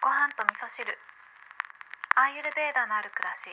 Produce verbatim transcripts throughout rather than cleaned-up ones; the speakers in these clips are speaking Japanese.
ご飯と味噌汁、アーユルベーダのある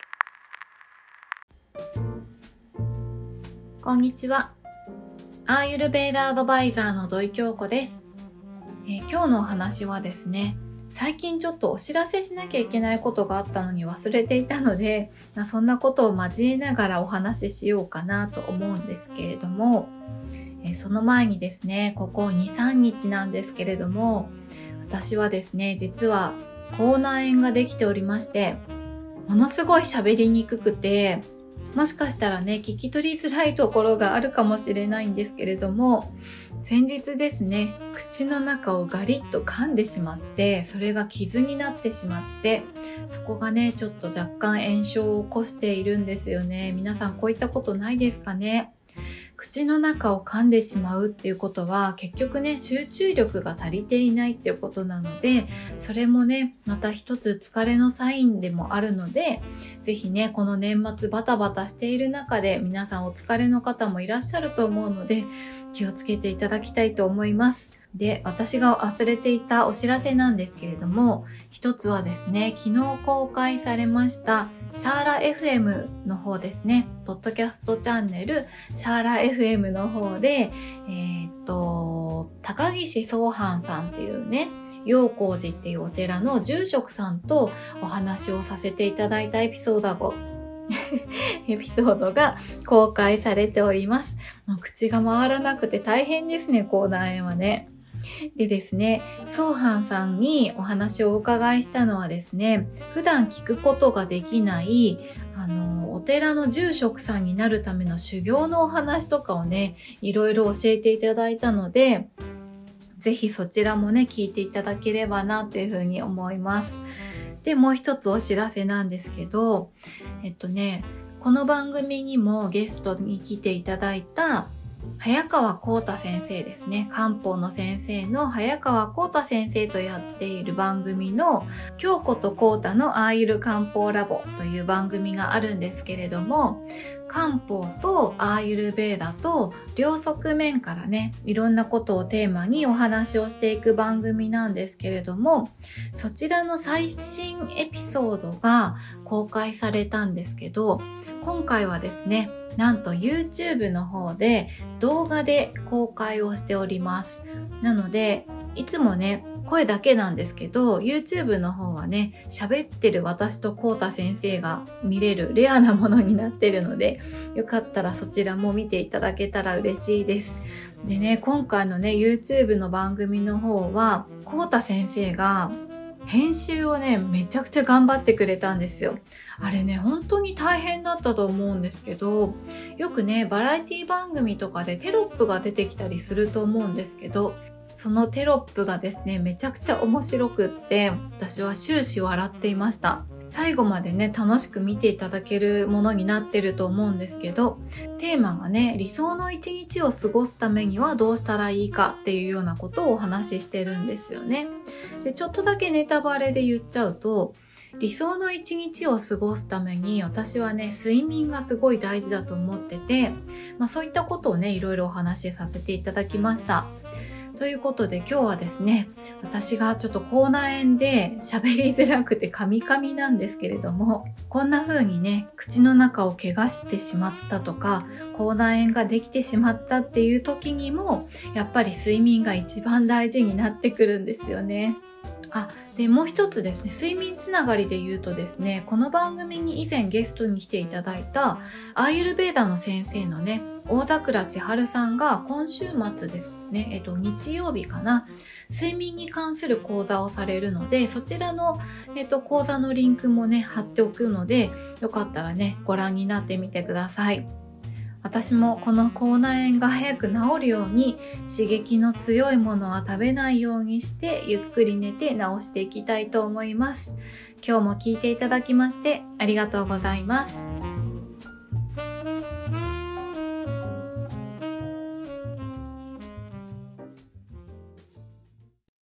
暮らし。 こんにちは。アーユルベーダアドバイザーの土井京子です、えー、今日のお話はですね、最近ちょっとお知らせしなきゃいけないことがあったのに忘れていたので、まあ、そんなことを交えながらお話ししようかなと思うんですけれども、えー、その前にですね、ここ にさんにちなんですけれども、私はですね、実は口内炎ができておりまして、ものすごい喋りにくくて、もしかしたらね、聞き取りづらいところがあるかもしれないんですけれども、先日ですね、口の中をガリッと噛んでしまって、それが傷になってしまって、そこがね、ちょっと若干炎症を起こしているんですよね。皆さんこういったことないですかね？口の中を噛んでしまうっていうことは結局ね、集中力が足りていないっていうことなので、それもね、また一つ疲れのサインでもあるので、ぜひね、この年末バタバタしている中で皆さんお疲れの方もいらっしゃると思うので、気をつけていただきたいと思います。で、私が忘れていたお知らせなんですけれども、一つはですね、昨日公開されましたシャーラ エフエム の方ですね、ポッドキャストチャンネルシャーラ エフエム の方で、えー、っと高岸宗範さんっていうね、陽光寺っていうお寺の住職さんとお話をさせていただいたエピソードがエピソードが公開されております。もう口が回らなくて大変ですね、口内炎はね。でですね、宗範さんにお話をお伺いしたのはですね、普段聞くことができないあのお寺の住職さんになるための修行のお話とかをね、いろいろ教えていただいたので、ぜひそちらもね、聞いていただければなっていうふうに思います。で、もう一つお知らせなんですけど、えっとね、この番組にもゲストに来ていただいた早川幸太先生ですね。漢方の先生の早川幸太先生とやっている番組の京子と幸太のアーユル漢方ラボという番組があるんですけれども、漢方とアーユルベーダと両側面からね、いろんなことをテーマにお話をしていく番組なんですけれども、そちらの最新エピソードが公開されたんですけど、今回はですね、なんと YouTube の方で動画で公開をしております。なので、いつもね、声だけなんですけど、YouTube の方はね、喋ってる私と幸太先生が見れるレアなものになってるので、よかったらそちらも見ていただけたら嬉しいです。でね、今回のね、YouTube の番組の方は、幸太先生が編集をね、めちゃくちゃ頑張ってくれたんですよ。あれね、本当に大変だったと思うんですけど、よくね、バラエティ番組とかでテロップが出てきたりすると思うんですけど、そのテロップがですね、めちゃくちゃ面白くって、私は終始笑っていました。最後までね、楽しく見ていただけるものになってると思うんですけど、テーマがね、理想の一日を過ごすためにはどうしたらいいかっていうようなことをお話ししてるんですよね。で、ちょっとだけネタバレで言っちゃうと、理想の一日を過ごすために私はね、睡眠がすごい大事だと思ってて、まあそういったことをね、いろいろお話しさせていただきました。ということで今日はですね、私がちょっと口内炎で喋りづらくてカミカミなんですけれども、こんな風にね、口の中を怪我してしまったとか、口内炎ができてしまったっていう時にも、やっぱり睡眠が一番大事になってくるんですよね。あ、でもう一つですね、睡眠つながりで言うとですね、この番組に以前ゲストに来ていただいたアーユルベーダの先生のね、大桜千春さんが今週末ですね、えっと日曜日かな、睡眠に関する講座をされるので、そちらの、えっと、講座のリンクもね貼っておくので、よかったらねご覧になってみてください。私もこの口内炎が早く治るように、刺激の強いものは食べないようにしてゆっくり寝て治していきたいと思います。今日も聞いていただきましてありがとうございます。